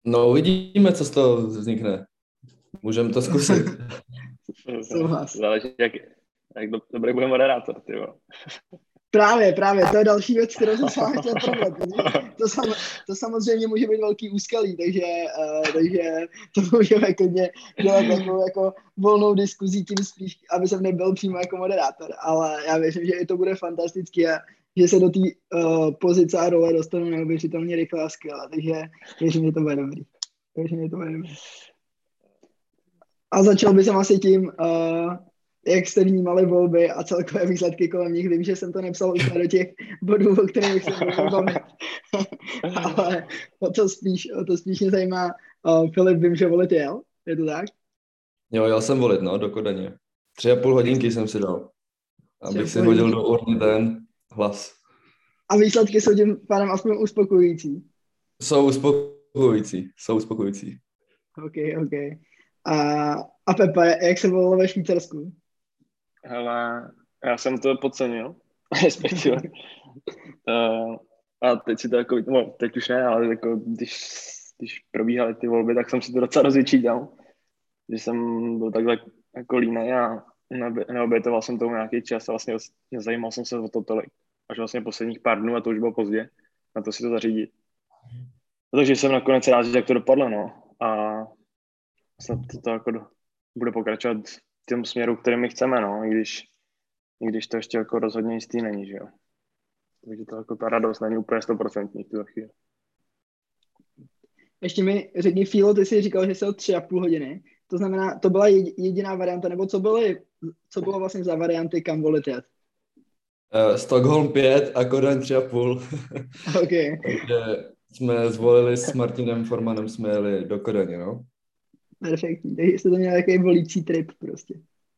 No uvidíme, co z toho vznikne. Můžeme to zkusit. Souhlas. Záleží, jak dobrý bude moderátor, ty jo. Právě, to je další věc, kterou jsem s vámi chtěl probrat. To samozřejmě může být velký úskalí, takže to můžeme klidně dělat takovou jako volnou diskuzí, tím spíš, aby jsem nebyl přímo jako moderátor, ale já věřím, že i to bude fantastický a že se do té pozice a role dostanu neuvěřitelně rychle a skvěle, takže věřím, že to bude dobrý. A začal bych asi tím, jak jste vnímali volby a celkové výsledky kolem nich. Vím, že jsem to nepsal úplně do těch bodů, o kterých jsem budu bavit. Ale o to spíš mě zajímá. Filip, vím, že volit jel, je to tak? Jo, jel jsem volit, no, do Kodaně. 3,5 hodinky jsem si dal, abych si hodil do urny ten hlas. A výsledky jsou tím pádem aspoň uspokojující? Jsou uspokojující. OK. A Pepa, jak se volilo ve Švýcarsku? Hele, já jsem to podcenil, respektive. A teď si to jako, no, teď už ne, ale jako, když probíhaly ty volby, tak jsem si to docela rozvyčítal, že jsem byl takhle jako línej a neobětoval jsem tomu nějaký čas a vlastně nezajímal jsem se o to tolik. Až vlastně posledních pár dnů a to už bylo pozdě na to si to zařídit. Takže jsem nakonec rád, jak to dopadlo, no. A snad to jako bude pokračovat v tom směru, který my chceme, no, i když to ještě jako rozhodně jistý není, že jo. Takže to jako ta radost není úplně 100% v tuto chvíli. Ještě mi řekni, Fílo, ty jsi říkal, že jsi o 3,5 hodiny. To znamená, to byla jediná varianta, nebo co bylo vlastně za varianty, kam volit jet? Stockholm 5 a Kodaň 3,5. OK. Takže jsme zvolili s Martinem Formanem, jsme jeli do Kodaně, no. Perfektní, takže jste to měli takový volící trip prostě.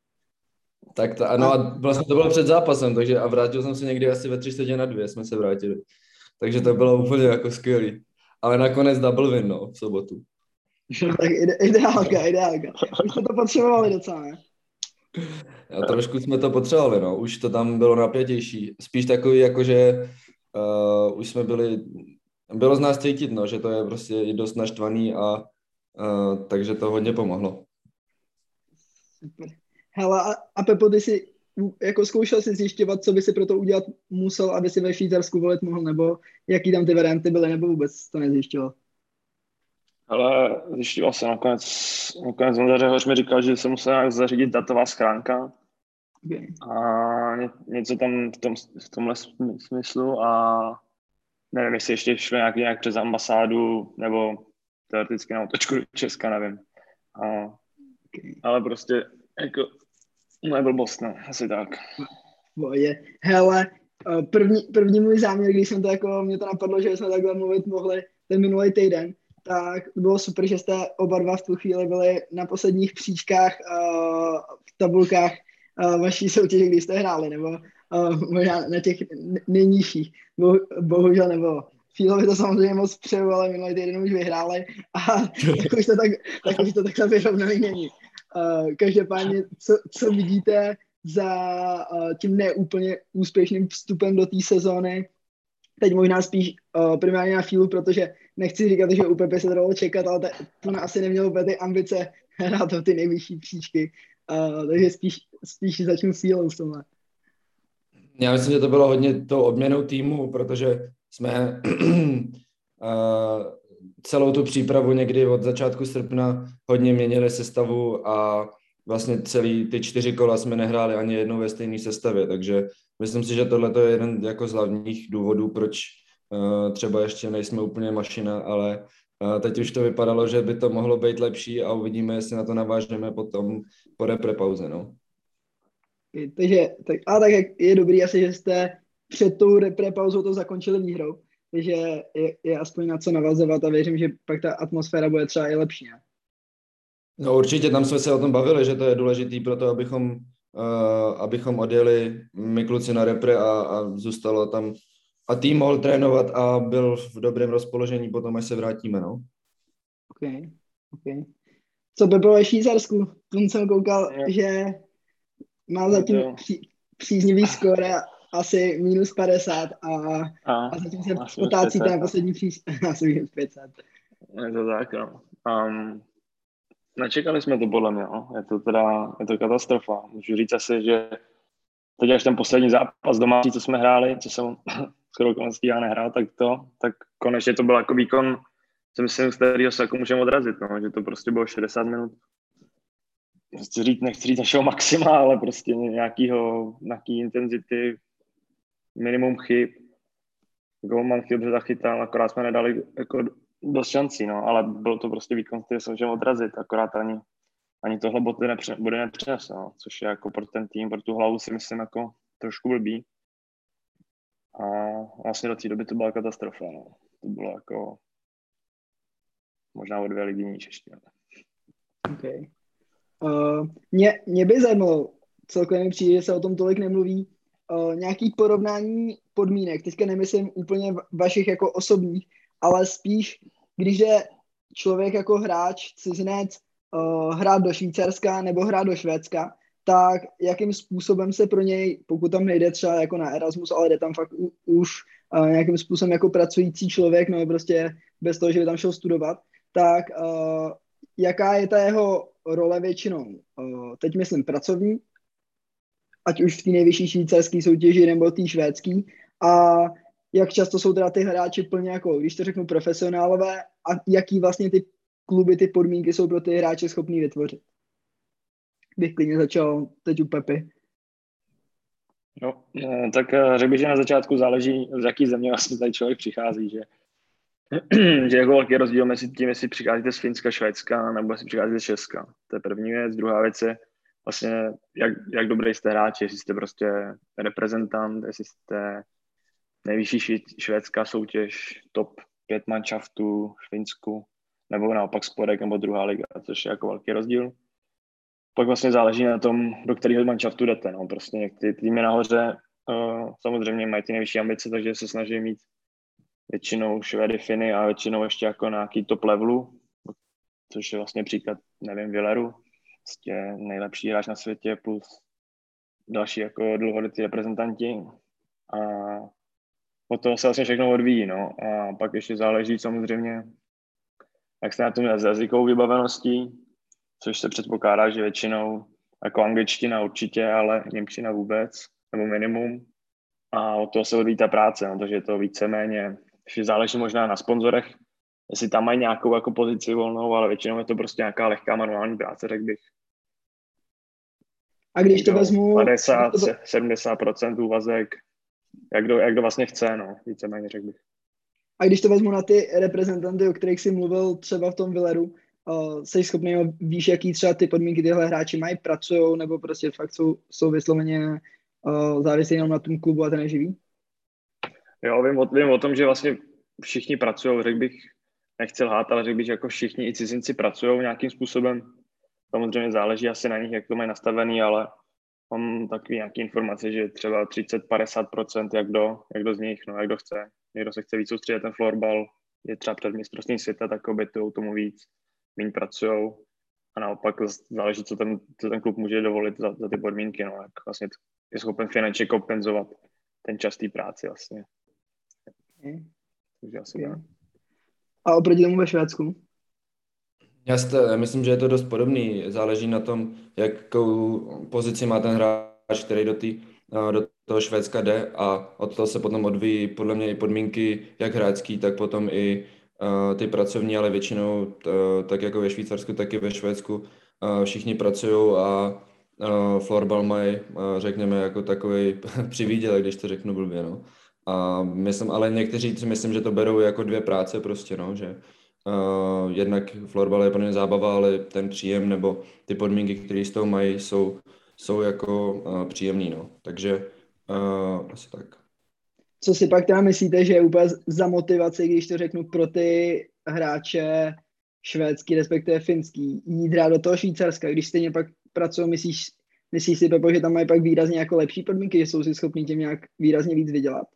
Tak to, ano, a vlastně to bylo před zápasem, takže a vrátil jsem se někdy asi ve 3:45 jsme se vrátili. Takže to bylo úplně jako skvělý. Ale nakonec double win, no, v sobotu. No, tak ideálka. Už jste to potřebovali docela, ne? A trošku jsme to potřebovali, no. Už to tam bylo napětější. Spíš takový, jakože už jsme bylo z nás cítit, no, že to je prostě dost naštvaný a takže to hodně pomohlo. Super. Hele, a Pepo, ty jsi jako zkoušel si zjišťovat, co by si pro to udělat musel, aby si ve Švýcarsku volit mohl, nebo jaký tam ty varianty byly, nebo vůbec to nezjišťoval? Ale zjišťoval jsem nakonec Ondra Řehoř mi říkal, že se musela zařídit datová schránka. Okay. A něco tam v tomhle smyslu a nevím, jestli ještě šlo nějak přes ambasádu nebo teoreticky na otočku do Česka, nevím. Ale prostě jako moje blbost, no, asi tak. Boje. Hele, první můj záměr, když jsem to jako, mě to napadlo, že jsme takhle mluvit mohli ten minulý týden, tak bylo super, že jste oba dva v tu chvíli byli na posledních příčkách v tabulkách vaší soutěže, když jste hráli, nebo možná na těch nejnižších. Bohužel nebo Fílovi to samozřejmě moc přeju, ale minulý týden už vyhráli a tak už to takhle vyrovnaný není. Každopádně, co vidíte za tím neúplně úspěšným vstupem do té sezóny, teď možná spíš primárně na Fílu, protože nechci říkat, že u Pepe se to dalo čekat, ale to asi nemělo úplně ty ambice hrát o ty nejvyšší příčky, takže spíš začnu Fílou v tomhle. Já myslím, že to bylo hodně tou odměnou týmu, protože jsme celou tu přípravu někdy od začátku srpna hodně měnili sestavu a vlastně celý ty 4 kola jsme nehráli ani jednou ve stejné sestavě, takže myslím si, že tohle je jeden jako z hlavních důvodů, proč třeba ještě nejsme úplně mašina, ale teď už to vypadalo, že by to mohlo být lepší a uvidíme, jestli na to navážeme potom po reprepauze, no. Tak je dobrý asi, že jste před tou reprepauzou to zakončili výhrou, takže je aspoň na co navazovat a věřím, že pak ta atmosféra bude třeba i lepší, ne? No určitě, tam jsme se o tom bavili, že to je důležitý pro to, abychom odjeli my kluci na repre a zůstalo tam a tým mohl trénovat a byl v dobrém rozpoložení potom, až se vrátíme, no. OK. Co by bylo ve Švýcarsku? Tam jsem koukal, že má zatím příznivý skóre asi -50 a zatím se potácíte na poslední asi -500. Je to tak, no. Nečekali jsme to podle mě, no. Je to katastrofa. Můžu říct asi, že teď až ten poslední zápas domácí, co jsme hráli, co jsem skoro okolností já nehrál, tak konečně to byl jako výkon, co myslím, z kterého se jako můžeme odrazit, no. Že to prostě bylo 60 minut. Nechci říct našeho maxima, ale prostě nějaký intenzity, minimum chyb. Golman dobře zachytal, akorát jsme nedali jako dost šancí, no, ale byl to prostě výkon, který se můžeme odrazit, akorát ani tohle bude nepřes, no, což je jako pro ten tým, pro tu hlavu si myslím jako trošku blbý. A vlastně do té doby to byla katastrofa, no. To bylo jako možná o 2 ligy níž ještě. Okay. Mě by zajímalo, celkově mi přijde, že se o tom tolik nemluví, nějaký porovnání podmínek, teďka nemyslím úplně vašich jako osobních, ale spíš, když je člověk jako hráč, cizinec, hrát do Švýcarska nebo hrát do Švédska, tak jakým způsobem se pro něj, pokud tam nejde třeba jako na Erasmus, ale jde tam fakt už nějakým způsobem jako pracující člověk, no prostě bez toho, že by tam šel studovat, tak jaká je ta jeho role většinou? Teď myslím pracovní, ať už v té nejvyšší švýcarské soutěži nebo té švédský, a jak často jsou teda ty hráči plně jako, když to řeknu, profesionálové, a jaký vlastně ty kluby, ty podmínky jsou pro ty hráče schopný vytvořit. Bych klidně začal teď u Pepy. No, tak řekl bych, že na začátku záleží, z jaký země vlastně tady člověk přichází, že je jako velký rozdíl mezi tím, jestli přicházíte z Finska, Švédska, nebo jestli přicházíte z Česka. To je první věc. Druhá věc je vlastně, jak dobrý jste hráč, jestli jste prostě reprezentant, jestli jste nejvyšší švédská soutěž, top 5 manšaftů v Finsku, nebo naopak spodek, nebo druhá liga, což je jako velký rozdíl. Pak vlastně záleží na tom, do kterého manšaftu jdete. No. Prostě některé týmy nahoře samozřejmě mají ty nejvyšší ambice, takže se snaží mít většinou Švédy, Finy a většinou ještě jako na nějaký top levelu, což je vlastně příklad, nevím, Villeru, vlastně nejlepší hráč na světě plus další jako dlouholetí reprezentanti. A od toho se vlastně všechno odvíjí, no. A pak ještě záleží samozřejmě, jak jste na tom s jazykovou vybaveností, což se předpokládá, že většinou jako angličtina určitě, ale němčina vůbec, nebo minimum. A od toho se odvíjí ta práce, no, takže je to víceméně, ještě záleží možná na sponzorech, jestli tam mají nějakou jako pozici volnou, ale většinou je to prostě nějaká lehká manuální práce, řekl bych. A když to vezmu... 50-70% úvazek, jak kdo vlastně chce, no, víceméně řekl bych. A když to vezmu na ty reprezentanty, o kterých jsi mluvil třeba v tom Villeru, jsi schopný, víš, jaký třeba ty podmínky tyhle hráči mají, pracují, nebo prostě fakt jsou vysloveně závislí jenom na tom klubu a ten neživí? Jo, vím o tom, že vlastně všichni pracují, řekl bych, nechci lhát, ale řekl bych, že jako všichni i cizinci pracují nějakým způsobem. Samozřejmě záleží asi na nich, jak to mají nastavený, ale mám takový nějaký informace, že třeba 30-50%, jak kdo z nich, no, jak kdo chce. Někdo se chce víc soustředit ten florbal, je třeba před mistrovstvím světa, tak obětujou tomu víc, méně pracujou. A naopak záleží, co ten klub může dovolit za ty podmínky, no, jak vlastně je schopen finančně kompenzovat ten čas té práci vlastně. Takže asi tak. A oproti tomu ve Švédsku? Já myslím, že je to dost podobný. Záleží na tom, jakou pozici má ten hráč, který do toho Švédska jde, a od toho se potom odvíjí podle mě i podmínky, jak hráčský, tak potom i ty pracovní, ale většinou tak jako ve Švýcarsku, tak i ve Švédsku všichni pracují a florbal mají, řekněme, jako takový přivídělek, když to řeknu blbě, no. Ale někteří si myslím, že to berou jako 2 práce prostě, no, že jednak florbal je pro ně zábava, ale ten příjem nebo ty podmínky, které z toho mají, jsou jako příjemný, no. Takže asi tak. Co si pak teda myslíte, že je úplně za motivaci, když to řeknu, pro ty hráče švédský, respektive finský, jít hrát do toho Švýcarska, když stejně pak pracují, myslíš si, Pepo, že tam mají pak výrazně jako lepší podmínky, že jsou si schopní tím nějak výrazně víc vydělat?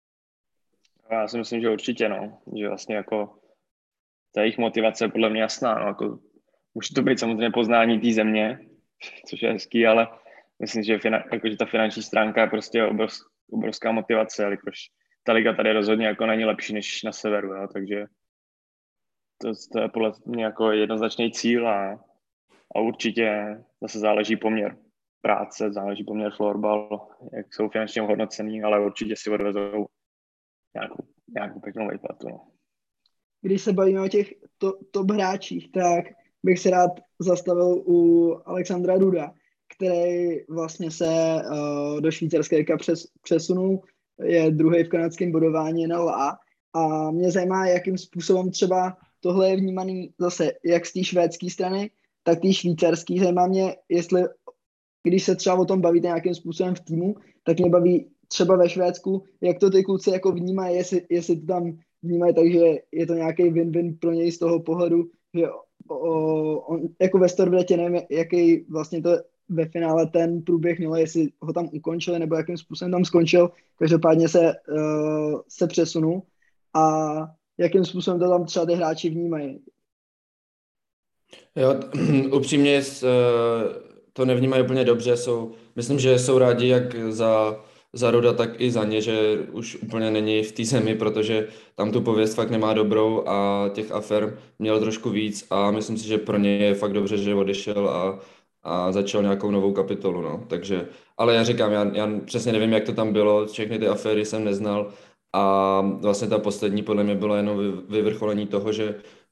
Já si myslím, že určitě, no. Že vlastně jako ta jejich motivace je podle mě jasná, no. Jako, může to být samozřejmě poznání té země, což je hezký, ale myslím, že ta finanční stránka je prostě obrovská motivace, jelikož ta liga tady rozhodně jako není lepší než na severu, jo, takže to je podle mě jako jednoznačný cíl a určitě zase záleží poměr práce, záleží poměr florbal, jak jsou finančně hodnocený, ale určitě si odvezou nějakou pěknou výplatu. No. Když se bavíme o těch top hráčích, tak bych se rád zastavil u Alexandra Ruda, který vlastně se do švýcarské ligy přesunul, je druhý v kanadském bodování NLA a mě zajímá, jakým způsobem třeba tohle je vnímaný zase jak z té švédské strany, tak té švýcarské. Zajímá mě, jestli když se třeba o tom bavíte nějakým způsobem v týmu, tak mě baví třeba ve Švédsku, jak to ty kluci jako vnímají, jestli to tam vnímají, takže je to nějaký win-win pro něj z toho pohledu, že on jako ve Storvretě, nevím, jaký vlastně to ve finále ten průběh měl, jestli ho tam ukončili, nebo jakým způsobem tam skončil, každopádně se přesunul a jakým způsobem to tam třeba ty hráči vnímají. Jo, upřímně to nevnímají úplně dobře, myslím, že jsou rádi jak za Ruda, tak i za ně, že už úplně není v té zemi, protože tam tu pověst fakt nemá dobrou a těch afer měl trošku víc a myslím si, že pro ně je fakt dobře, že odešel a začal nějakou novou kapitolu, no. Takže, ale já říkám, já přesně nevím, jak to tam bylo, všechny ty aféry jsem neznal a vlastně ta poslední podle mě byla jenom vyvrcholení toho, že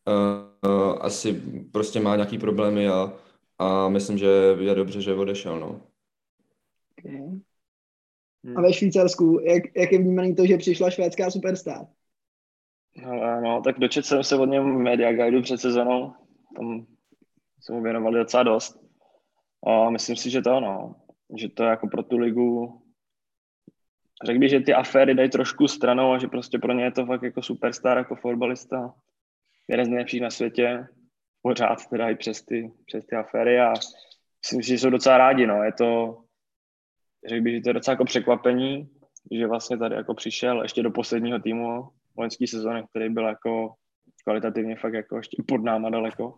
asi prostě má nějaký problémy a myslím, že je dobře, že odešel, no. Okay. A ve Švýcarsku, jak je vnímaný to, že přišla švédská superstar? No, tak dočetl jsem se od něm v Media Guideu před sezónou, tam se mu věnovali docela dost. A myslím si, že to je jako pro tu ligu, řekl bych, že ty aféry dají trošku stranou a že prostě pro ně je to fakt jako superstar, jako fotbalista, jeden z nejlepších na světě, pořád teda i přes ty aféry a myslím si, že jsou docela rádi, no, je to, řekl bych, že to je docela jako překvapení, že vlastně tady jako přišel ještě do posledního týmu loňský sezóny, který byl jako kvalitativně fakt jako ještě pod náma daleko.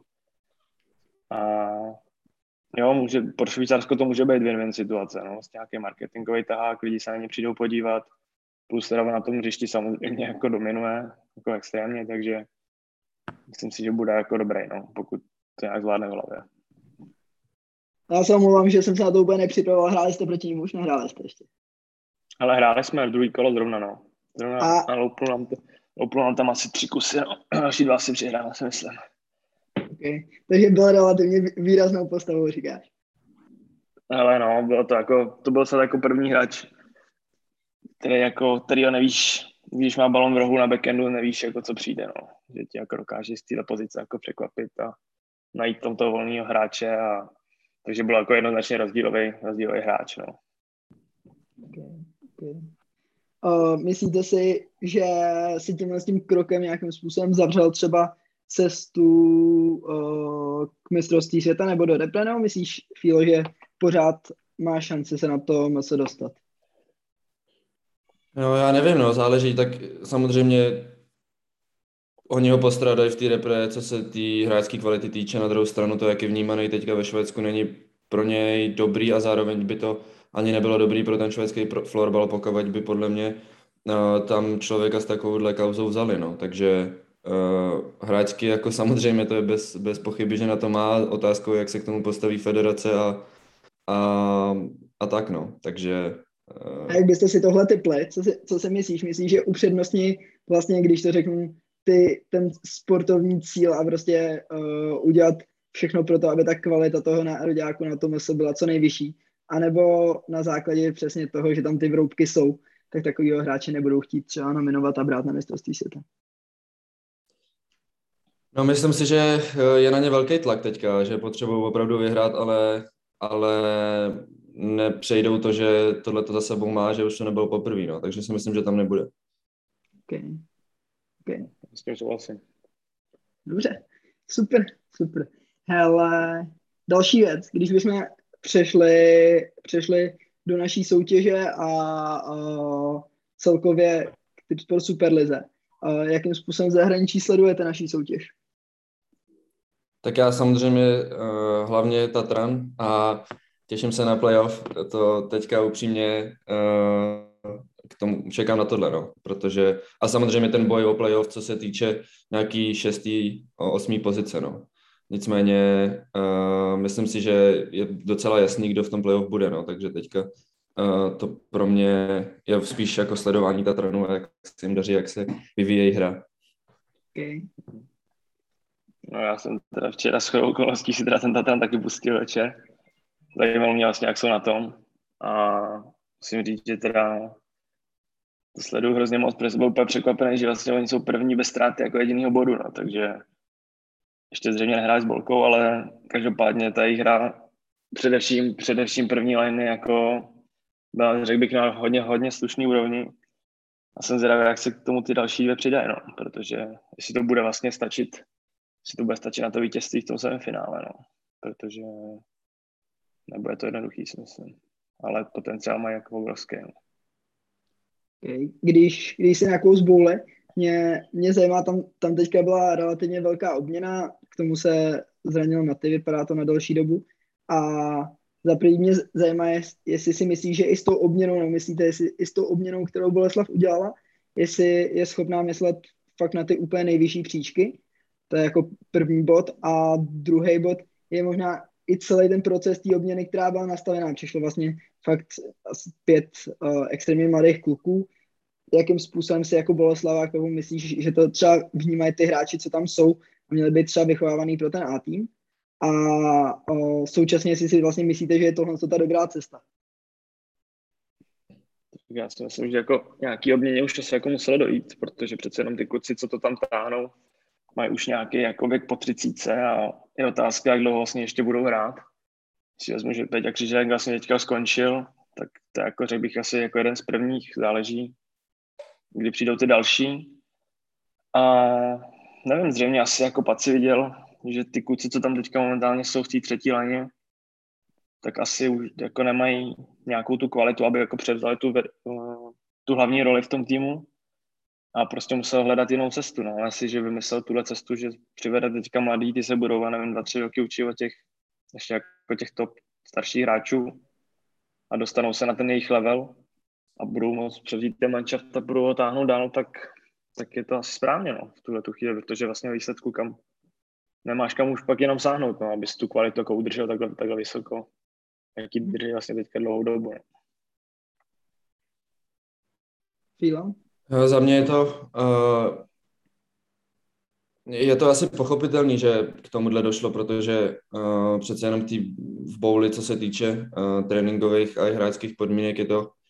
A jo, pro Švýcarsko to může být win-win situace, no, vlastně nějaký marketingový tahák, lidi se na ně přijdou podívat, plus teda na tom hřišti samozřejmě jako dominuje, jako extrémně, takže myslím si, že bude jako dobrý, no, pokud to nějak zvládne v hlavě. Já se omlouvám, že jsem se na to úplně nepřipravoval, hráli jste proti němu, už nehráli jste ještě. Ale hráli jsme v druhý kolo zrovna, no. A louplo nám tam asi 3 kusy, no. Další 2 si přihráme, si myslím. Okay. Takže byla relativně výraznou postavou, říkáš. Ale no, bylo to jako, to byl se jako první hráč, kterýho nevíš, když má balon v rohu na backendu, nevíš, jako co přijde, no. Že ti jako dokáže z této pozice jako překvapit a najít tomto volného hráče takže byl jako jednoznačně rozdílový hráč, no. Okay. Myslíte si, že si s tím krokem nějakým způsobem zavřel třeba cestu k mistrovství světa nebo do repre, nebo myslíš, Fílo, že pořád má šanci se na to se dostat? No, já nevím, no, záleží, tak samozřejmě oni ho postrádají v té repre, co se té hráčské kvality týče, na druhou stranu to, jak je vnímaný teďka ve Švédsku, není pro něj dobrý a zároveň by to ani nebylo dobrý pro ten švédský florbal, pokud by podle mě tam člověka s takovouhle kauzou vzali, no, takže hráčky jako samozřejmě to je bez pochyby, že na to má otázkou, jak se k tomu postaví federace a tak, no, takže... A jak byste si tohle typli? Co si myslíš? Myslíš, že upřednostní vlastně, když to řeknu, ten sportovní cíl a prostě udělat všechno pro to, aby ta kvalita toho nároďáku na tom byla co nejvyšší? A nebo na základě přesně toho, že tam ty vroubky jsou, tak takovýho hráče nebudou chtít třeba nominovat a brát na mistrovství světa? No, myslím si, že je na ně velký tlak teďka, že potřebují opravdu vyhrát, ale nepřejdou to, že tohle to za sebou má, že už to nebylo poprvé, no, takže si myslím, že tam nebude. Okay. S tím souhlasím. Dobře, super. Hele, další věc, když bychom přešli do naší soutěže a celkově k Tipsport Superlize, jakým způsobem v zahraničí sledujete naší soutěž? Tak já samozřejmě hlavně Tatran a těším se na playoff. To teďka upřímně k tomu čekám na tohle, no, protože a samozřejmě ten boj o playoff, co se týče nějaký 6., 8. pozice, no. Nicméně myslím si, že je docela jasný, kdo v tom playoff bude, no, takže teďka to pro mě je spíš jako sledování Tatranu, jak se jim daří, jak se vyvíjejí hra. Okay. No já jsem teda včera shodou okolností si teda ten Tatran taky pustil večer. Zajímalo mě vlastně, jak jsou na tom. A musím říct, že teda to sleduju hrozně moc, protože jsem byl úplně překvapený, že vlastně oni jsou první bez ztráty jako jedinýho bodu, no, takže ještě zřejmě nehráli s Bolkou, ale každopádně ta jejich hra především první line jako byla, řekl bych, na hodně slušný úrovni. A jsem zvědavý, jak se k tomu ty další dvě přidají, no, protože jestli to bude vlastně stačit, jestli to bude stačit na to vítězství v tom semifinále, no, protože nebude to jednoduchý, si myslím, ale potenciál mají jako obrovský. No. Okay. Když se nějakou zboule, mě zajímá, tam teďka byla relativně velká obměna, k tomu se zranil Maty, vypadá to na další dobu. A za první mě zajímá, jestli si myslíš, že i s tou obměnou, nemyslíte, jestli i s tou obměnou, kterou Boleslav udělala, jestli je schopná myslet fakt na ty úplně nejvyšší příčky. To je jako první bod. A druhý bod je možná i celý ten proces té obměny, která byla nastavená. Přišlo vlastně fakt 5 extrémně mladých kluků. Jakým způsobem si jako Boleslava tomu myslíš, že to třeba vnímají ty hráči, co tam jsou a měli být třeba vychovávaný pro ten A-tým? A současně si vlastně myslíte, že je tohle ta dobrá cesta? Já si myslím, že jako nějaký obměně už to se jako muselo dojít, protože přece jenom ty kluci, co to tam táhnou, mají už nějaký jako věk po 30 a je otázka, jak dlouho vlastně ještě budou hrát. Si vezmu, že Peťa Křižák vlastně teďka skončil, tak to jako řekl bych asi jako jeden z prvních, záleží, kdy přijdou ty další. A nevím, zřejmě asi jako Paci viděl, že ty kluci, co tam teďka momentálně jsou v té třetí léně, tak asi už jako nemají nějakou tu kvalitu, aby jako převzali tu hlavní roli v tom týmu a prostě musel hledat jinou cestu. No. Asi, že vymyslel tuhle cestu, že přivede teďka mladý, ty se budou, nevím, 2-3 roky učit o ještě jako těch top starších hráčů a dostanou se na ten jejich level a budou moct převzít ten manšaft a budou ho táhnout dál, tak je to asi správně, no, v tuhle tu chvíli, protože vlastně výsledku nemáš kam už pak jenom sáhnout, no, abys tu kvalitu jako udržel takhle vysoko, jaký drží vlastně teďka dlouhou dobu. No. Fíla? Za mě je to asi pochopitelný, že k tomuhle došlo, protože přece jenom v bouli, co se týče tréninkových a hráčských podmínek,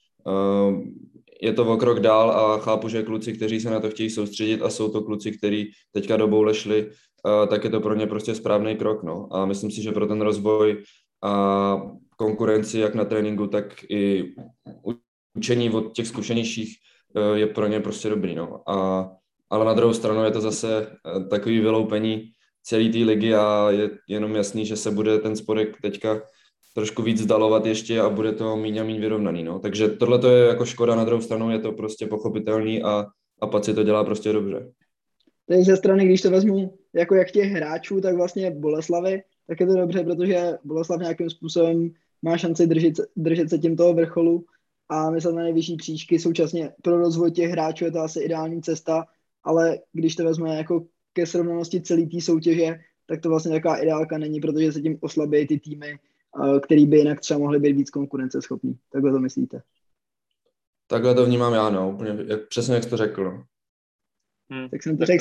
je to o krok dál a chápu, že kluci, kteří se na to chtějí soustředit a jsou to kluci, kteří teďka do boule šli, tak je to pro ně prostě správný krok. No. A myslím si, že pro ten rozvoj a konkurenci jak na tréninku, tak i učení od těch zkušenějších je pro ně prostě dobrý. No. Ale na druhou stranu je to zase takový vyloupení celé té ligy a je jenom jasný, že se bude ten spodek teďka trošku víc vzdalovat ještě a bude to míň a míň vyrovnaný. No. Takže tohle to je jako škoda, na druhou stranu je to prostě pochopitelný a Paci to dělá prostě dobře. Takže ze strany, když to vezmu jako jak těch hráčů, tak vlastně Boleslavy, tak je to dobře, protože Boleslav nějakým způsobem má šanci držet se tím toho vrcholu a myslet na nejvyšší příčky. Současně pro rozvoj těch hráčů je to asi ideální cesta, ale když to vezme jako ke srovnanosti celé té soutěže, tak to vlastně taková ideálka není, protože se tím oslabí ty týmy, který by jinak třeba mohly být víc konkurenceschopný. Takhle to myslíte? Takhle to vnímám já, no. Úplně, přesně jak jsi to řekl. No. Tak jsem to řekl.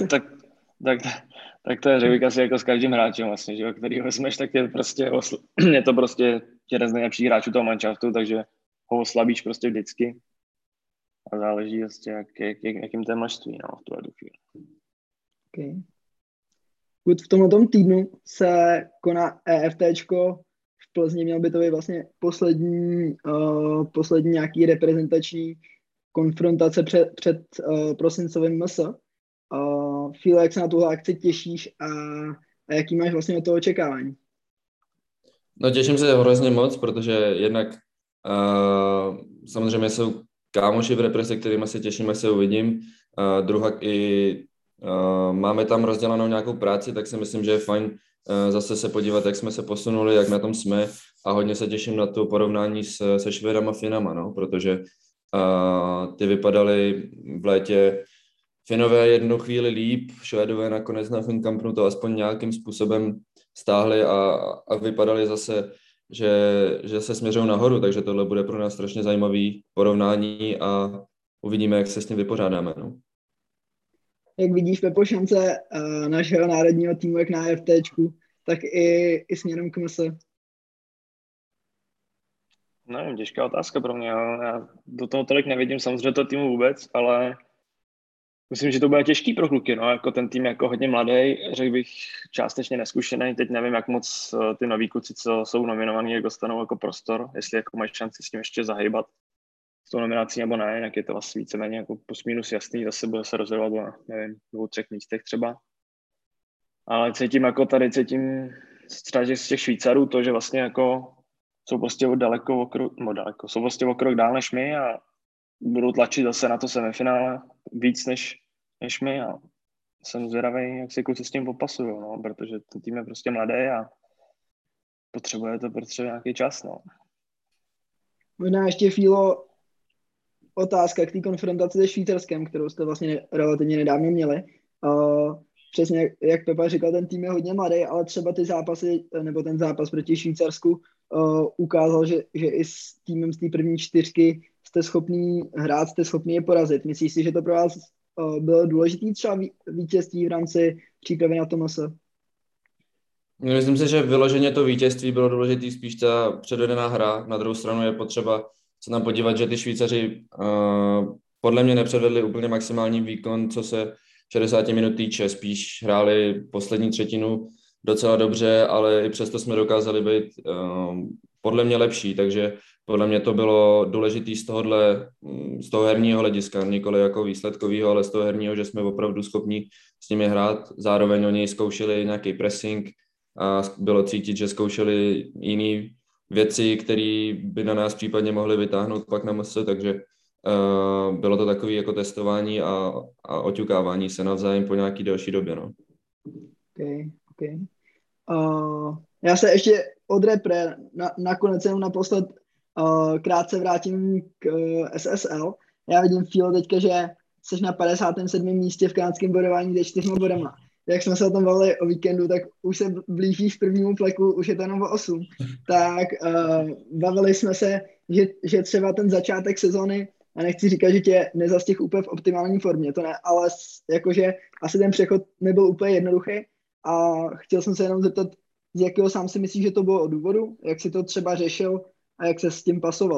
Tak to je, řekl bych, asi jako s každým hráčem vlastně, že který ho vezmeš, tak je to prostě jeden z nejlepších hráčů toho manšaftu, takže ho oslabíš prostě vždycky. A záleží vlastně, jakým to je množství, no, v tuhle chvíli. Okay. V tomto týdnu se koná EFTčko v Plzni, měl by to být vlastně poslední nějaký reprezentační konfrontace před prosincovým MS. Fíle, jak se na tuhle akci těšíš a jaký máš vlastně od toho očekávání? No těším se hrozně moc, protože jednak samozřejmě jsou kámoši v represe, kterými se těším, až se uvidím. Druhak i máme tam rozdělanou nějakou práci, tak si myslím, že je fajn zase se podívat, jak jsme se posunuli, jak na tom jsme a hodně se těším na to porovnání se Švédama a Finama, no, protože ty vypadaly v létě Finové jednu chvíli líp, Švédové nakonec na Finkampnu to aspoň nějakým způsobem stáhli a vypadali zase, že se směřují nahoru, takže tohle bude pro nás strašně zajímavý porovnání a uvidíme, jak se s tím vypořádáme. No. Jak vidíš, Pepo, šance našeho národního týmu jak na FTčku, tak i směrem k MS? No, těžká otázka pro mě. Já do toho tolik nevidím samozřejmě to týmu vůbec, ale myslím, že to bude těžký pro kluky. No. Jako ten tým jako hodně mladý, řekl bych částečně neskušený. Teď nevím, jak moc ty noví kluci, co jsou nominovaní, jak dostanou jako prostor, jestli jako mají šanci s tím ještě zahýbat s tou nominací nebo ne, jinak je to asi víceméně jako plus minus jasný, zase bude se rozhodovat na, nevím, 2-3 místech třeba. Ale cítím třeba z těch Švýcarů to, že vlastně jako jsou prostě jsou prostě o krok dál než my a budou tlačit zase na to semifinále víc než my a jsem zvědavý, jak si kluci s tím popasují, no, protože ten tým je prostě mladý a potřebuje nějaký čas, no. Možná ještě, Fílo, otázka k té konfrontaci se Švýcarskem, kterou jste vlastně relativně nedávno měli. Přesně jak Pepa říkal, ten tým je hodně mladý, ale třeba ty zápasy, nebo ten zápas proti Švýcarsku ukázal, že i s týmem z té první čtyřky jste schopný hrát, jste schopný je porazit. Myslíš si, že to pro vás bylo důležité třeba vítězství v rámci přípravy na Tomase? Myslím si, že vyloženě to vítězství bylo důležité, spíš ta předvedená hra. Na druhou stranu je potřeba se tam podívat, že ty Švýcaři podle mě nepředvedli úplně maximální výkon, co se 60 minut týče. Spíš hráli poslední třetinu docela dobře, ale i přesto jsme dokázali být podle mě lepší, takže podle mě to bylo důležité z toho herního hlediska, nikoli jako výsledkového, ale z toho herního, že jsme opravdu schopni s nimi hrát. Zároveň oni zkoušeli nějaký pressing a bylo cítit, že zkoušeli jiné věci, které by na nás případně mohly vytáhnout pak na MS, takže bylo to takové jako testování a oťukávání se navzájem po nějaký delší době. No. Okay. Já se ještě od repre nakonec jenom naposled krátce vrátím k SSL. Já vidím, Filo, teďka, že jsi na 57. místě v kanadském bodování se 4 bodama. Jak jsme se o tom bavili o víkendu, tak už se blížíš prvnímu pleku, už je to jenom o 8. Tak bavili jsme se, že třeba ten začátek sezony, a nechci říkat, že tě nezastih úplně v optimální formě, to ne, ale jakože asi ten přechod nebyl úplně jednoduchý a chtěl jsem se jenom zeptat, z jakého sám si myslíš, že to bylo o důvodu, jak si to třeba řešil a jak se s tím pasoval?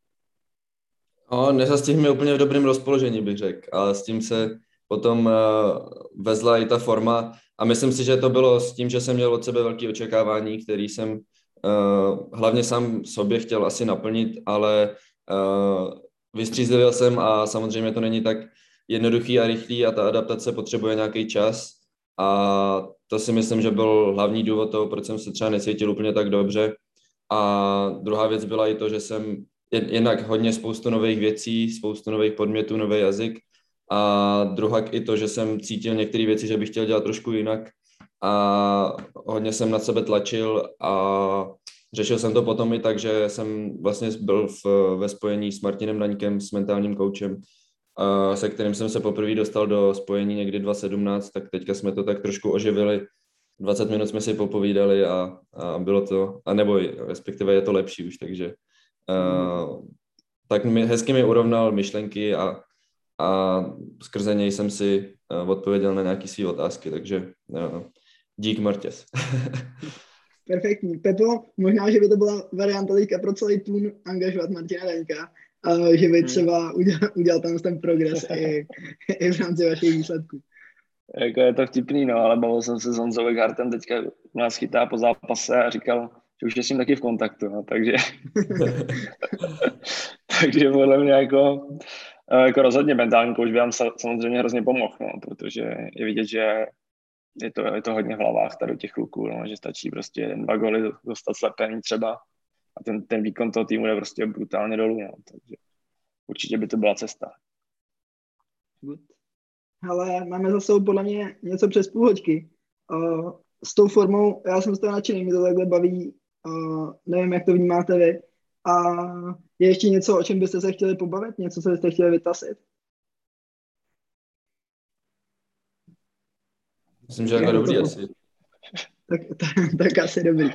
Nezastihl mě úplně v dobrém rozpoložení, bych řekl, ale s tím se potom vezla i ta forma a myslím si, že to bylo s tím, že jsem měl od sebe velké očekávání, který jsem hlavně sám sobě chtěl asi naplnit, ale vystřízlivěl jsem a samozřejmě to není tak jednoduchý a rychlý a ta adaptace potřebuje nějaký čas a to si myslím, že byl hlavní důvod toho, proč jsem se třeba necítil úplně tak dobře. A druhá věc byla i to, že jsem jednak hodně spoustu nových věcí, spoustu nových podmětů, nový jazyk a druhá i to, že jsem cítil některé věci, že bych chtěl dělat trošku jinak a hodně jsem na sebe tlačil a řešil jsem to potom i tak, že jsem vlastně byl ve spojení s Martinem Daňkem, s mentálním koučem, se kterým jsem se poprvé dostal do spojení někdy 2017, tak teďka jsme to tak trošku oživili. 20 minut jsme si popovídali a bylo to, anebo respektive je to lepší už, takže tak hezky mi urovnal myšlenky a skrze něj jsem si odpověděl na nějaké své otázky, takže dík, Martěs. Perfektní. Pepo, možná, že by to byla varianta teďka pro celý tým angažovat Martina Daňka, že by třeba udělal tam ten progres i v rámci vašich výsledků. Jako je to vtipný, no, ale bavil jsem se s Honzou Wegartem, teďka nás chytá po zápase a říkal, že už je s ním taky v kontaktu, no, takže takže podle mě jako rozhodně mentální kouč by nám samozřejmě hrozně pomohl, no, protože je vidět, že je to hodně v hlavách tady u těch kluků, no, že stačí prostě 1-2 góly dostat slepený třeba a ten výkon toho týmu je prostě brutálně dolů, no, takže určitě by to byla cesta. Good. Hele, máme za sebou podle mě něco přes půl hoďky. S tou formou, já jsem z toho nadšený, mě to takhle baví, nevím, jak to vnímáte vy. A Je ještě něco, o čem byste se chtěli pobavit? Něco, co byste chtěli vytasit? Myslím, že jako dobrý asi. Tak asi dobrý.